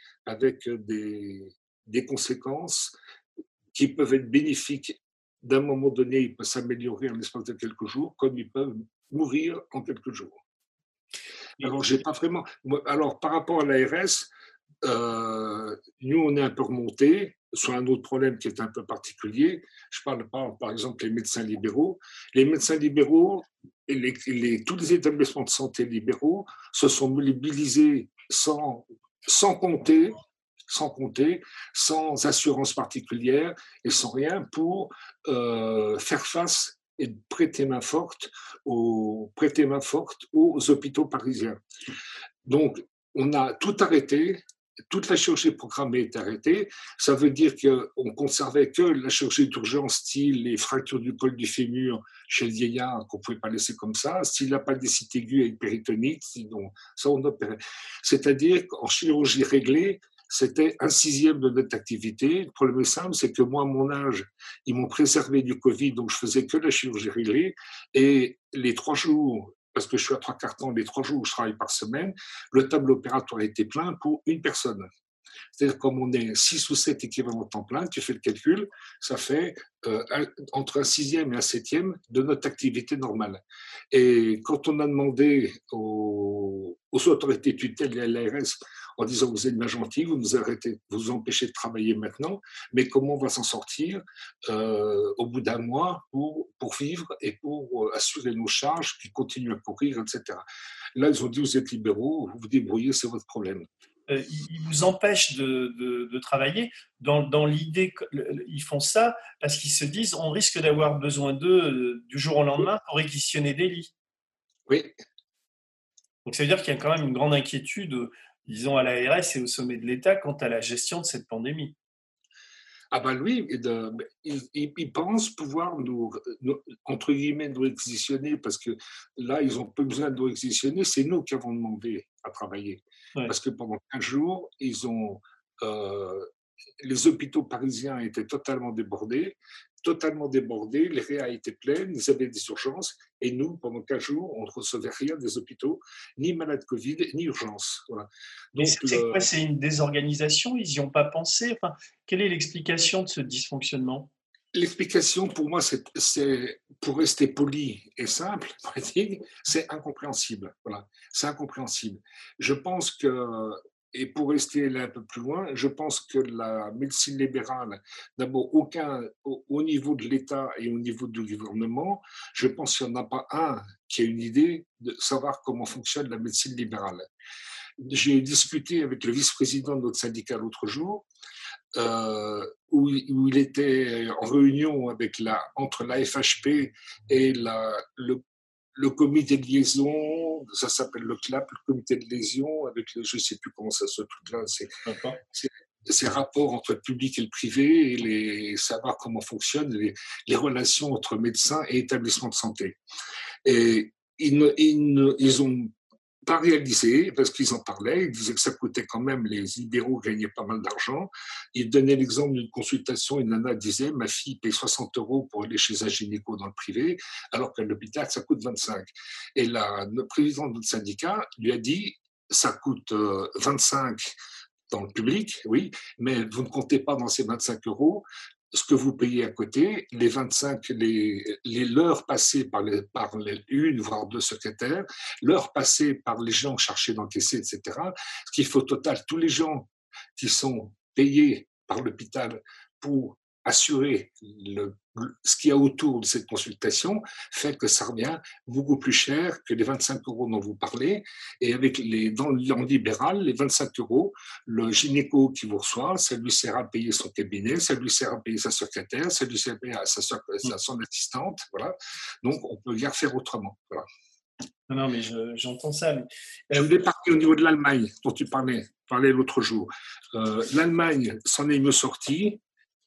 des conséquences qui peuvent être bénéfiques. D'un moment donné, il peut s'améliorer en l'espace de quelques jours, comme ils peuvent mourir en quelques jours. Alors, j'ai pas vraiment. Alors, par rapport à l'ARS, nous, on est un peu remonté sur un autre problème qui est un peu particulier. Je parle par exemple des médecins libéraux. Les médecins libéraux et tous les établissements de santé libéraux se sont mobilisés sans compter, sans assurance particulière et sans rien pour faire face et prêter main forte aux hôpitaux parisiens. Donc, on a tout arrêté. Toute la chirurgie programmée est arrêtée. Ça veut dire qu'on conservait que la chirurgie d'urgence, style les fractures du col du fémur chez le vieillard, qu'on ne pouvait pas laisser comme ça, style l'appendicite aiguë avec péritonite, sinon ça on opérait. C'est-à-dire qu'en chirurgie réglée, c'était 1/6 de notre activité. Le problème est simple, c'est que moi, à mon âge, ils m'ont préservé du Covid, donc je faisais que la chirurgie réglée. Et les 3 jours, parce que je suis à 3/4 temps, les 3 jours où je travaille par semaine, le tableau opératoire était plein pour une personne. C'est-à-dire, comme on est 6 ou 7 équivalents temps plein, tu fais le calcul, ça fait entre 1/6 et 1/7 de notre activité normale. Et quand on a demandé aux autorités tutelles et à l'ARS en disant vous êtes bien gentils, vous nous empêchez de travailler maintenant, mais comment on va s'en sortir au bout d'un mois pour vivre et pour assurer nos charges qui continuent à courir, etc. Là, ils ont dit vous êtes libéraux, vous vous débrouillez, c'est votre problème. ils vous empêchent de travailler. Dans l'idée, ils font ça parce qu'ils se disent on risque d'avoir besoin d'eux du jour au lendemain pour réquisitionner des lits. Oui. Donc ça veut dire qu'il y a quand même une grande inquiétude, disons, à l'ARS et au sommet de l'État quant à la gestion de cette pandémie. Ah ben lui, ils pensent pouvoir entre guillemets, nous réquisitionner, parce que là, ils n'ont pas besoin de nous réquisitionner, c'est nous qui avons demandé à travailler. Ouais. Parce que pendant 15 jours, les hôpitaux parisiens étaient totalement débordés, les réa étaient pleines, ils avaient des urgences, et nous, pendant 15 jours, on ne recevait rien des hôpitaux, ni malades Covid, ni urgences. Voilà. Mais c'est quoi? C'est une désorganisation? Ils n'y ont pas pensé? Enfin, quelle est l'explication de ce dysfonctionnement? L'explication, pour moi, c'est pour rester poli et simple, c'est incompréhensible. Voilà, c'est incompréhensible. Je pense que, et pour rester là un peu plus loin, je pense que la médecine libérale, d'abord, au niveau de l'État et au niveau du gouvernement, je pense qu'il n'y en a pas un qui a une idée de savoir comment fonctionne la médecine libérale. J'ai discuté avec le vice-président de notre syndicat l'autre jour, où il était en réunion entre la FHP et le comité de liaison, ça s'appelle le CLAP, le comité de liaison, avec je ne sais plus comment ça se truc là, ces rapports entre le public et le privé, et savoir comment fonctionnent les relations entre médecins et établissements de santé. Et ils ont pas réalisé, parce qu'ils en parlaient, ils disaient que ça coûtait quand même, les libéraux gagnaient pas mal d'argent. Ils donnaient l'exemple d'une consultation, une nana disait, ma fille paye 60 € pour aller chez un gynéco dans le privé, alors qu'à l'hôpital, ça coûte 25. Et le président de notre syndicat lui a dit, ça coûte 25 dans le public, oui, mais vous ne comptez pas dans ces 25 € ce que vous payez à côté, les 25, l'heure passée par une, voire deux secrétaires, l'heure passée par les gens cherchés d'encaisser, etc. Ce qui fait au total, tous les gens qui sont payés par l'hôpital pour assurer ce qu'il y a autour de cette consultation fait que ça revient beaucoup plus cher que les 25 € dont vous parlez. Et dans le libéral, les 25 €, le gynéco qui vous reçoit, ça lui sert à payer son cabinet, ça lui sert à payer sa secrétaire, ça lui sert à payer son assistante. Voilà. Donc, on peut bien faire autrement. Voilà. Non, mais j'entends ça. Mais... Je voulais parler au niveau de l'Allemagne, dont tu parlais l'autre jour. L'Allemagne s'en est mieux sortie.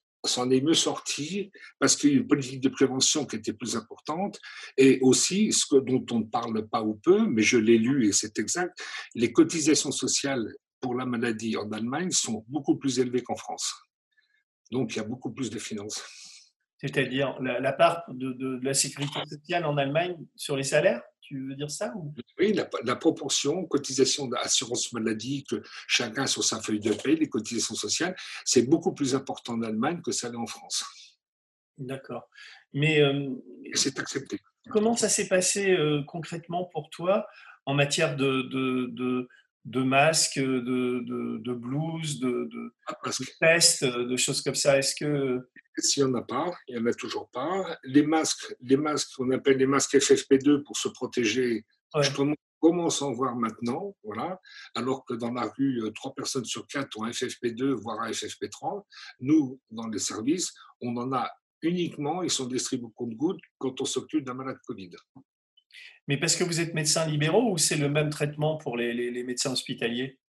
Parce qu'il y a une politique de prévention qui était plus importante, et aussi, dont on ne parle pas ou peu, mais je l'ai lu et c'est exact, les cotisations sociales pour la maladie en Allemagne sont beaucoup plus élevées qu'en France. Donc, il y a beaucoup plus de finances. C'est-à-dire la part de la sécurité sociale en Allemagne sur les salaires? Tu veux dire ça ou... Oui, la proportion cotisation d'assurance maladie que chacun sur sa feuille de paie, les cotisations sociales, c'est beaucoup plus important en Allemagne que ça l'est en France. D'accord. Mais c'est accepté. Comment ça s'est passé concrètement pour toi en matière de masques, de blouses, de tests, de choses comme ça? Est-ce que... S'il n'y en a pas, il n'y en a toujours pas. Les masques qu'on appelle les masques FFP2 pour se protéger, ouais. Je commence à en voir maintenant, voilà. Alors que dans la rue, 3 personnes sur 4 ont un FFP2, voire un FFP3. Nous, dans les services, on en a uniquement, ils sont distribués au compte-gouttes quand on s'occupe d'un malade Covid. Mais parce que vous êtes médecins libéraux ou c'est le même traitement pour les médecins hospitaliers?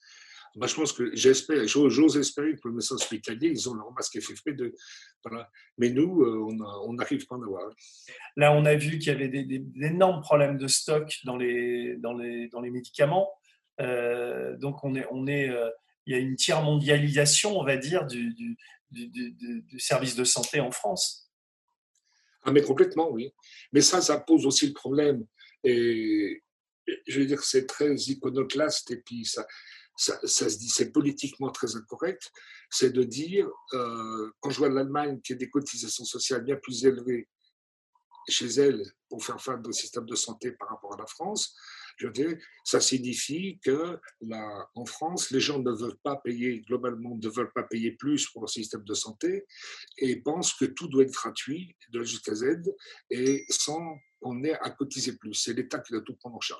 Je pense que j'ose espérer que les médecins hospitaliers, ils ont leur masque FFP2. Voilà. Mais nous, on n'arrive pas à en avoir. Là, on a vu qu'il y avait d'énormes problèmes de stock dans les médicaments. Donc, il y a une tiers-mondialisation, on va dire, du service de santé en France. Ah, mais complètement, oui. Mais ça pose aussi le problème. Et je veux dire, c'est très iconoclaste et puis ça se dit, c'est politiquement très incorrect, c'est de dire, quand je vois l'Allemagne qui a des cotisations sociales bien plus élevées chez elle pour faire face au système de santé par rapport à la France, je veux dire, ça signifie que en France, les gens ne veulent pas payer, globalement, ne veulent pas payer plus pour le système de santé et pensent que tout doit être gratuit de jusqu'à Z et sans qu'on ait à cotiser plus. C'est l'État qui doit tout prendre en charge.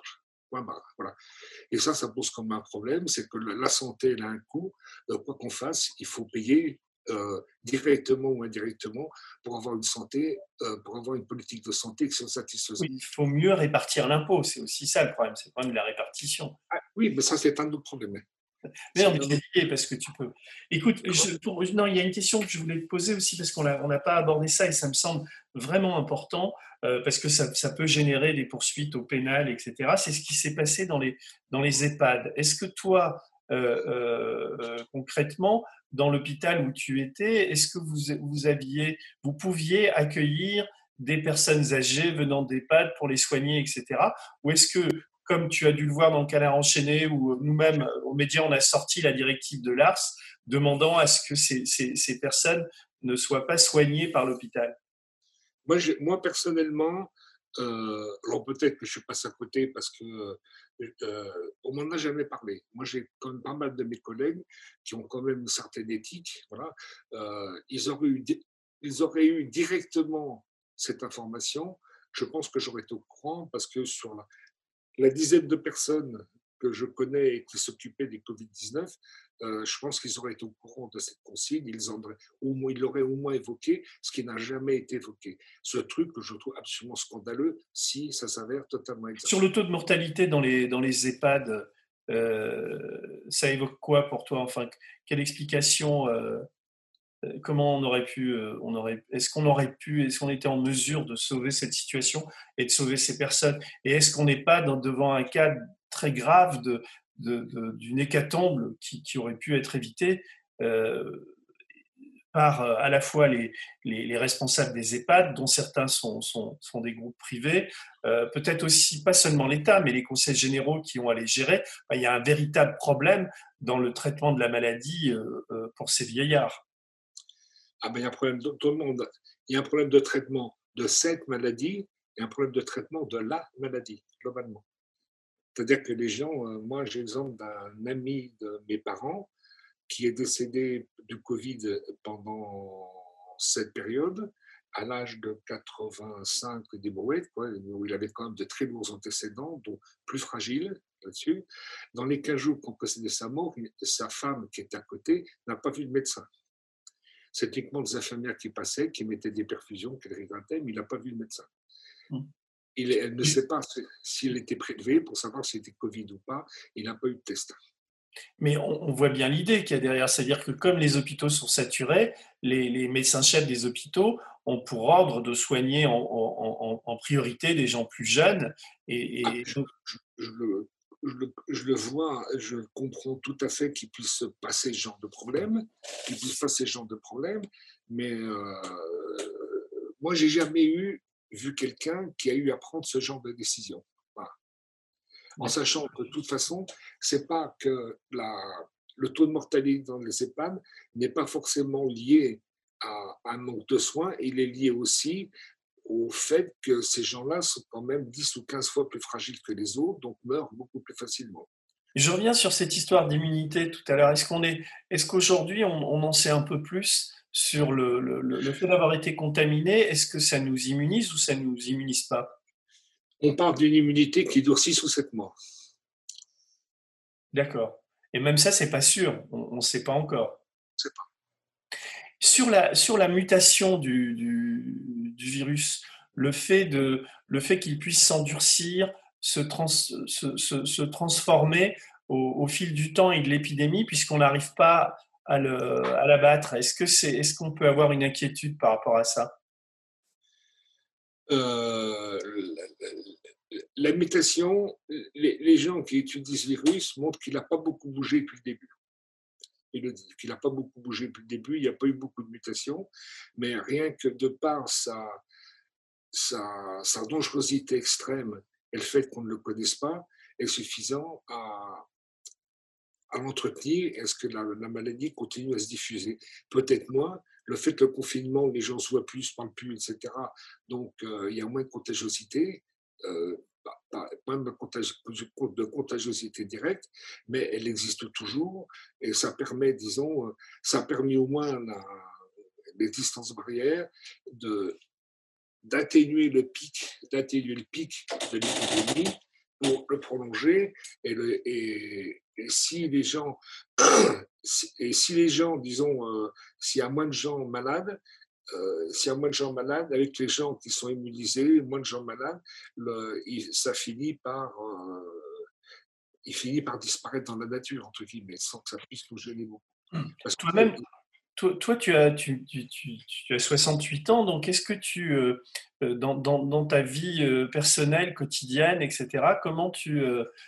Point barre, voilà. Et ça pose comme un problème, c'est que la santé, elle a un coût. Quoi qu'on fasse, il faut payer directement ou indirectement pour avoir une santé, pour avoir une politique de santé qui soit Oui, satisfaisante. il faut mieux répartir l'impôt. C'est aussi ça le problème. C'est le problème de la répartition. Ah, oui, mais ça, c'est un autre problème. Mais non, mais c'est lié parce que tu peux. Écoute, non, il y a une question que je voulais te poser aussi parce qu'on n'a pas abordé ça et ça me semble vraiment important parce que ça peut générer des poursuites au pénal, etc. C'est ce qui s'est passé dans les EHPAD. Est-ce que toi, concrètement, dans l'hôpital où tu étais, est-ce que vous pouviez accueillir des personnes âgées venant d'EHPAD pour les soigner, etc. Ou est-ce que comme tu as dû le voir dans le Canard enchaîné, où nous-mêmes, aux médias, on a sorti la directive de l'ARS, demandant à ce que ces personnes ne soient pas soignées par l'hôpital. Moi personnellement, alors peut-être que je passe à côté parce que on m'en a jamais parlé. Moi, j'ai quand même pas mal de mes collègues qui ont quand même une certaine éthique. Voilà, ils auraient eu directement cette information. Je pense que j'aurais été au courant parce que sur la dizaine de personnes que je connais et qui s'occupaient du Covid-19, je pense qu'ils auraient été au courant de cette consigne, ils l'auraient au moins évoqué, ce qui n'a jamais été évoqué. Ce truc que je trouve absolument scandaleux si ça s'avère totalement exact. Sur le taux de mortalité dans les EHPAD, ça évoque quoi pour toi? Enfin, quelle explication comment est-ce qu'on était en mesure de sauver cette situation et de sauver ces personnes? Et est-ce qu'on n'est pas devant un cas très grave d'une hécatombe qui aurait pu être évitée par à la fois les responsables des EHPAD, dont certains sont des groupes privés, peut-être aussi pas seulement l'État, mais les conseils généraux qui ont à les gérer. Il y a un véritable problème dans le traitement de la maladie pour ces vieillards. Ah ben, il y a un problème de tout le monde. Il y a un problème de traitement de cette maladie et un problème de traitement de la maladie, globalement. C'est-à-dire que les gens, moi j'ai l'exemple d'un ami de mes parents qui est décédé du Covid pendant cette période, à l'âge de 85 des brouettes, où il avait quand même de très lourds antécédents, donc plus fragiles là-dessus. Dans les 15 jours qui ont précédé sa mort, sa femme qui est à côté n'a pas vu de médecin. C'est uniquement des infirmières qui passaient, qui mettaient des perfusions, qui réhydrataient, mais il n'a pas vu le médecin. Elle ne sait pas s'il était prélevé pour savoir s'il était Covid ou pas. Il n'a pas eu de test. Mais on voit bien l'idée qu'il y a derrière. C'est-à-dire que comme les hôpitaux sont saturés, les médecins-chefs des hôpitaux ont pour ordre de soigner en priorité des gens plus jeunes. Je le vois, je comprends tout à fait qu'il puisse passer ce genre de problème, mais moi, j'ai jamais vu quelqu'un qui a eu à prendre ce genre de décision. Voilà. En sachant que de toute façon, c'est pas que le taux de mortalité dans les EHPAD n'est pas forcément lié à un manque de soins, il est lié aussi au fait que ces gens-là sont quand même 10 ou 15 fois plus fragiles que les autres, donc meurent beaucoup plus facilement. Je reviens sur cette histoire d'immunité tout à l'heure. Est-ce qu'aujourd'hui, on en sait un peu plus sur le fait d'avoir été contaminé? Est-ce que ça nous immunise ou ça ne nous immunise pas? On parle d'une immunité qui dure 6 ou 7 mois. D'accord. Et même ça, c'est pas sûr. On ne sait pas encore. On sait pas. Sur la mutation du virus, le fait qu'il puisse s'endurcir, se transformer au fil du temps et de l'épidémie, puisqu'on n'arrive pas à l'abattre, est-ce qu'on peut avoir une inquiétude par rapport à ça? La mutation, les gens qui étudient ce virus montrent qu'il n'a pas beaucoup bougé depuis le début. Il le dit, qu'il n'a pas beaucoup bougé depuis le début, il n'y a pas eu beaucoup de mutations, mais rien que de par sa dangerosité extrême et le fait qu'on ne le connaisse pas est suffisant à l'entretenir. Est-ce que la maladie continue à se diffuser? Peut-être moins. Le fait que le confinement, les gens se voient plus, parlent plus, etc. Donc, il y a moins de contagiosité. Pas de contagiosité directe, mais elle existe toujours et ça permet, disons, ça a permis au moins les distances barrières d'atténuer le pic de l'épidémie pour le prolonger. Et si les gens, disons, s'il y a moins de gens malades, avec les gens qui sont immunisés, moins de gens malades, ça finit par disparaître dans la nature, entre guillemets, sans que ça puisse nous gêner beaucoup. Toi-même, toi, tu as 68 ans, donc est-ce que dans ta vie personnelle, quotidienne, etc., comment tu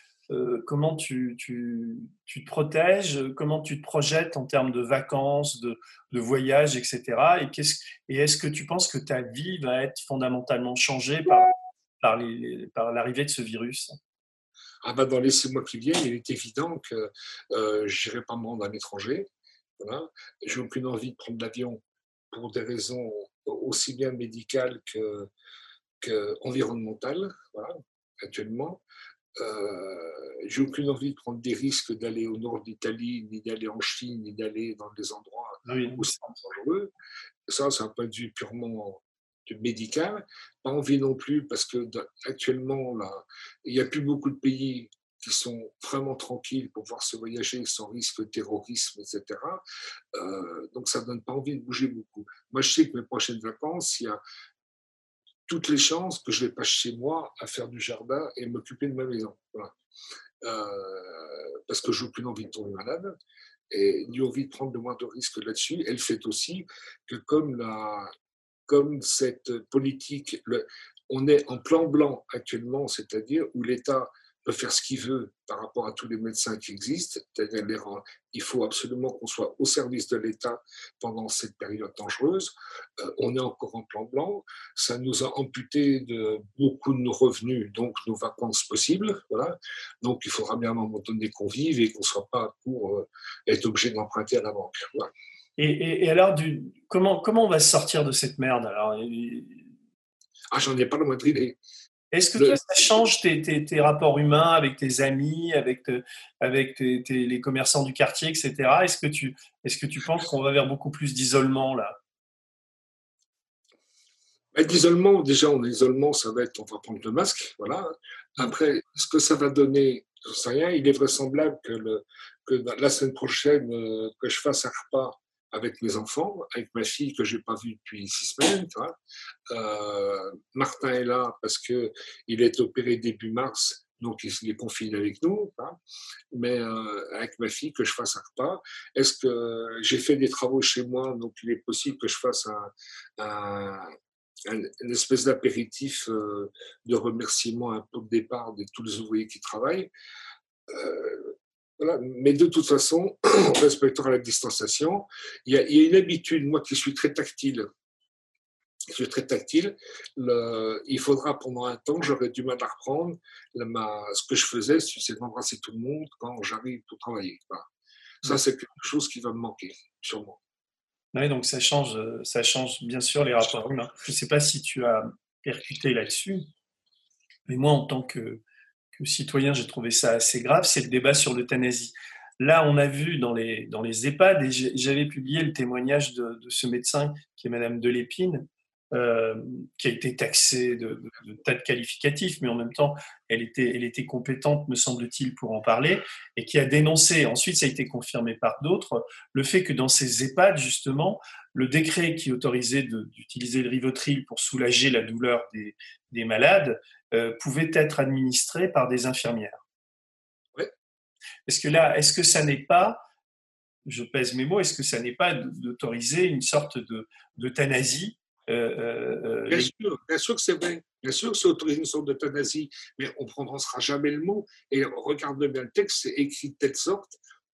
te protèges, comment tu te projettes en termes de vacances, de voyages, etc. Et est-ce que tu penses que ta vie va être fondamentalement changée par l'arrivée de ce virus? Dans les 6 mois qui viennent, il est évident que je n'irai pas me rendre à l'étranger. Voilà. J'ai aucune envie de prendre l'avion pour des raisons aussi bien médicales que environnementales, voilà, actuellement. J'ai aucune envie de prendre des risques d'aller au nord d'Italie, ni d'aller en Chine, ni d'aller dans des endroits où c'est dangereux. Ça, c'est un point de vue purement médical. Pas envie non plus parce que actuellement, là, il n'y a plus beaucoup de pays qui sont vraiment tranquilles pour pouvoir se voyager sans risque de terrorisme, etc. Donc, ça ne donne pas envie de bouger beaucoup. Moi, je sais que mes prochaines vacances, il y a toutes les chances que je vais pas chez moi à faire du jardin et m'occuper de ma maison. Voilà. Parce que j'ai aucune envie de tomber malade et ni envie de prendre le moins de risques là-dessus. Et le fait aussi que comme cette politique, on est en plan blanc actuellement, c'est-à-dire où l'État peut faire ce qu'il veut par rapport à tous les médecins qui existent, c'est-à-dire il faut absolument qu'on soit au service de l'État pendant cette période dangereuse. On est encore en plan blanc, ça nous a amputé de beaucoup de nos revenus, donc nos vacances possibles. Voilà. Donc il faudra bien à un moment donné qu'on vive et qu'on ne soit pas pour être obligé d'emprunter à la banque. Voilà. Et alors, comment on va se sortir de cette merde alors? J'en ai pas la moindre idée. Est-ce que toi, ça change tes rapports humains avec tes amis, avec les commerçants du quartier, etc. Est-ce que tu penses qu'on va vers beaucoup plus d'isolement là? D'isolement, déjà en isolement, ça va être, on va prendre le masque, voilà. Après, ce que ça va donner, je ne sais rien. Il est vraisemblable que la semaine prochaine, que je fasse un repas avec mes enfants, avec ma fille que je n'ai pas vue depuis 6 semaines. Martin est là parce qu'il est opéré début mars, donc il est confiné avec nous. Mais avec ma fille, que je fasse un repas. Est-ce que j'ai fait des travaux chez moi, donc il est possible que je fasse une espèce d'apéritif de remerciement un peu de départ de tous les ouvriers qui travaillent. Voilà. Mais de toute façon, on respectera la distanciation. Il y a une habitude, moi qui suis très tactile, il faudra pendant un temps, j'aurais du mal à reprendre ce que je faisais, c'est d'embrasser tout le monde quand j'arrive pour travailler. Voilà. Ça, c'est quelque chose qui va me manquer, sûrement. Oui, donc ça change bien sûr les rapports humains. Je ne sais pas si tu as percuté là-dessus, mais moi, en tant que citoyen, j'ai trouvé ça assez grave, c'est le débat sur l'euthanasie. Là, on a vu dans les EHPAD, et j'avais publié le témoignage de ce médecin qui est Madame Delépine, qui a été taxée de tas de qualificatifs, mais en même temps, elle était compétente, me semble-t-il, pour en parler, et qui a dénoncé, ensuite ça a été confirmé par d'autres, le fait que dans ces EHPAD, justement, le décret qui autorisait d'utiliser le Rivotril pour soulager la douleur des malades pouvait être administré par des infirmières. Ouais. Est-ce que ça n'est pas, je pèse mes mots, est-ce que ça n'est pas d'autoriser une sorte d'euthanasie? Bien sûr que c'est vrai. Bien sûr que c'est autorisé une sorte d'euthanasie, mais on ne prononcera jamais le mot. Et regarde bien le texte, c'est écrit de telle sorte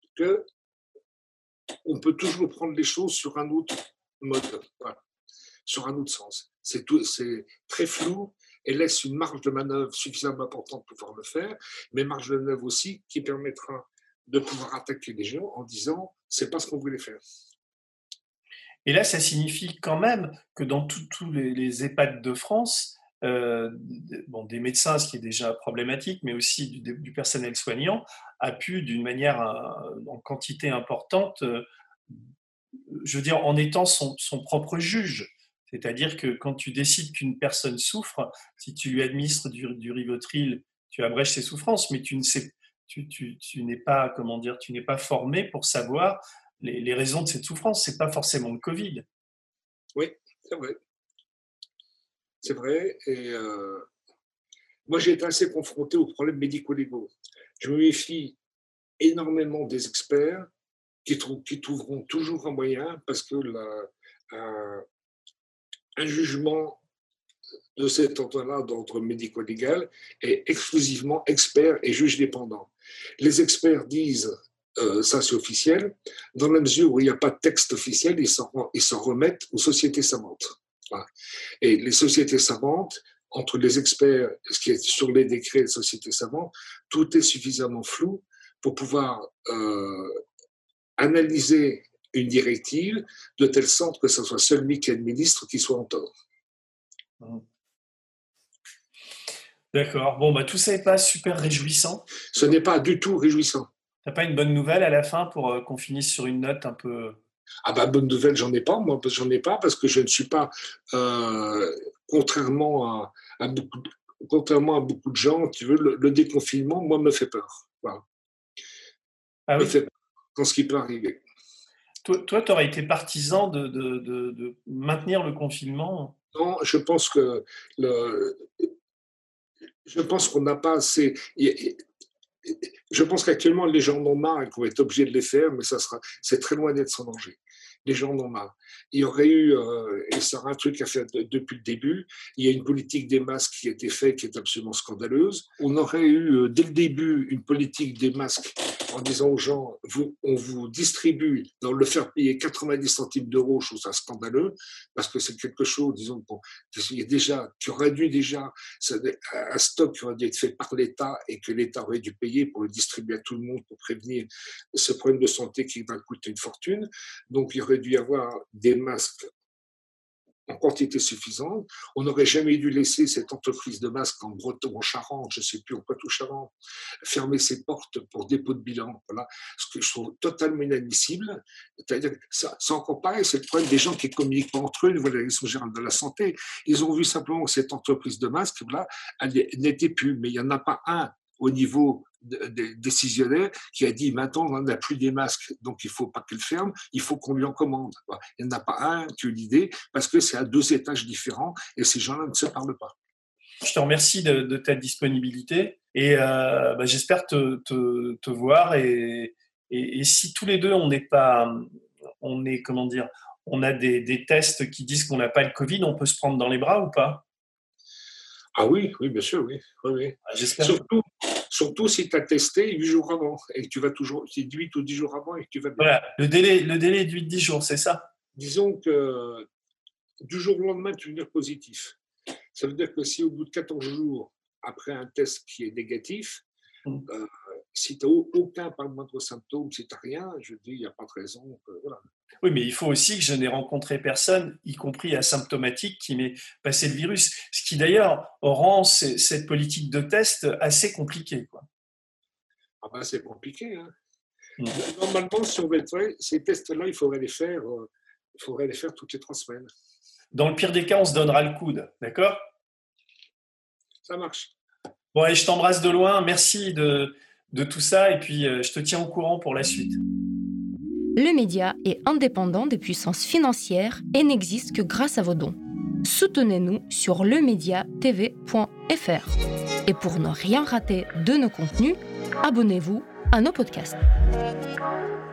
qu'on peut toujours prendre les choses sur un autre mode, voilà, sur un autre sens. C'est très flou et laisse une marge de manœuvre suffisamment importante pour pouvoir le faire, mais marge de manœuvre aussi qui permettra de pouvoir attaquer les gens en disant c'est pas ce qu'on voulait faire. Et là, ça signifie quand même que dans tous les EHPAD de France, des médecins, ce qui est déjà problématique, mais aussi du personnel soignant, a pu, d'une manière en quantité importante, je veux dire, en étant son propre juge. C'est-à-dire que quand tu décides qu'une personne souffre, si tu lui administres du Rivotril, abrèges ses souffrances, mais tu n'es pas, comment dire, tu n'es pas formé pour savoir les raisons de cette souffrance. C'est pas forcément le Covid. Oui, c'est vrai. C'est vrai. Et moi, j'ai été assez confronté aux problèmes médico-légaux. Je me méfie énormément des experts qui trouveront toujours un moyen, parce que un jugement de cet ordre-là, d'ordre médico-légal, est exclusivement expert et juge dépendant. Les experts disent ça c'est officiel, dans la mesure où il n'y a pas de texte officiel, ils s'en remettent aux sociétés savantes. Voilà. Et les sociétés savantes, entre les experts, ce qui est sur les décrets des sociétés savantes, tout est suffisamment flou pour pouvoir analyser une directive de telle sorte que ce soit celui qui administre qui soit en tort. D'accord. Bon, tout ça n'est pas super réjouissant. Ce n'est pas du tout réjouissant. T'as pas une bonne nouvelle à la fin pour qu'on finisse sur une note un peu... Bonne nouvelle, j'en ai pas, moi, parce que je ne suis pas, contrairement à beaucoup de gens, tu veux, le déconfinement, moi, me fait peur. Voilà. Ah oui. Me fait peur quand ce qui peut arriver. Toi, tu aurais été partisan de maintenir le confinement? Non, je pense qu'on n'a pas assez... Je pense qu'actuellement, les gens en ont marre et qu'on va être obligés de les faire, mais c'est très loin d'être sans danger. Les gens en ont marre. Il y aurait eu, et ça sera un truc à faire depuis le début, il y a une politique des masques qui a été faite, qui est absolument scandaleuse. On aurait eu, dès le début, une politique des masques en disant aux gens, on vous distribue, dans le faire payer 90 centimes d'euros, je trouve ça scandaleux, parce que c'est quelque chose, disons, qui aurait dû déjà, un stock qui aurait dû être fait par l'État et que l'État aurait dû payer pour le distribuer à tout le monde pour prévenir ce problème de santé qui va coûter une fortune. Donc, il aurait dû y avoir des masques en quantité suffisante. On n'aurait jamais dû laisser cette entreprise de masques en Breton, en Charente, je ne sais plus, en Poitou-Charentes, fermer ses portes pour dépôt de bilan. Voilà, ce que je trouve totalement inadmissible. C'est-à-dire, c'est encore pareil, c'est le problème des gens qui ne communiquent pas entre eux, la Direction générale de la santé. Ils ont vu simplement que cette entreprise de masques, voilà, elle n'était plus, mais il n'y en a pas un au niveau des décisionnaires qui a dit maintenant on n'a plus des masques, donc il ne faut pas qu'elle ferme, il faut qu'on lui en commande. Il n'y en a pas un qui a eu l'idée, parce que c'est à 2 étages différents et ces gens-là ne se parlent pas. Je te remercie de ta disponibilité et j'espère te voir et si tous les deux on a des tests qui disent qu'on n'a pas le Covid, on peut se prendre dans les bras ou pas? Ah oui, bien sûr, oui. J'espère. Surtout si tu as testé 8 jours avant et que tu vas toujours, c'est 8 ou 10 jours avant et que tu vas bien. Voilà, le délai est de 8-10 jours, c'est ça? Disons que du jour au lendemain, tu veux dire positif. Ça veut dire que si au bout de 14 jours, après un test qui est négatif, si tu n'as aucun, pas le moindre symptôme, si tu n'as rien, je dis, il n'y a pas de raison. Voilà. Oui, mais il faut aussi que je n'ai rencontré personne, y compris asymptomatique, qui m'ait passé le virus. Ce qui d'ailleurs rend cette politique de test assez compliquée, quoi. C'est compliqué. Hein. Normalement, si on veut être vrai, ces tests-là, il faudrait les faire toutes les 3 semaines. Dans le pire des cas, on se donnera le coude, d'accord? Ça marche. Bon, allez, je t'embrasse de loin. Merci de tout ça. Et puis, je te tiens au courant pour la suite. Le média est indépendant des puissances financières et n'existe que grâce à vos dons. Soutenez-nous sur lemediatv.fr. Et pour ne rien rater de nos contenus, abonnez-vous à nos podcasts.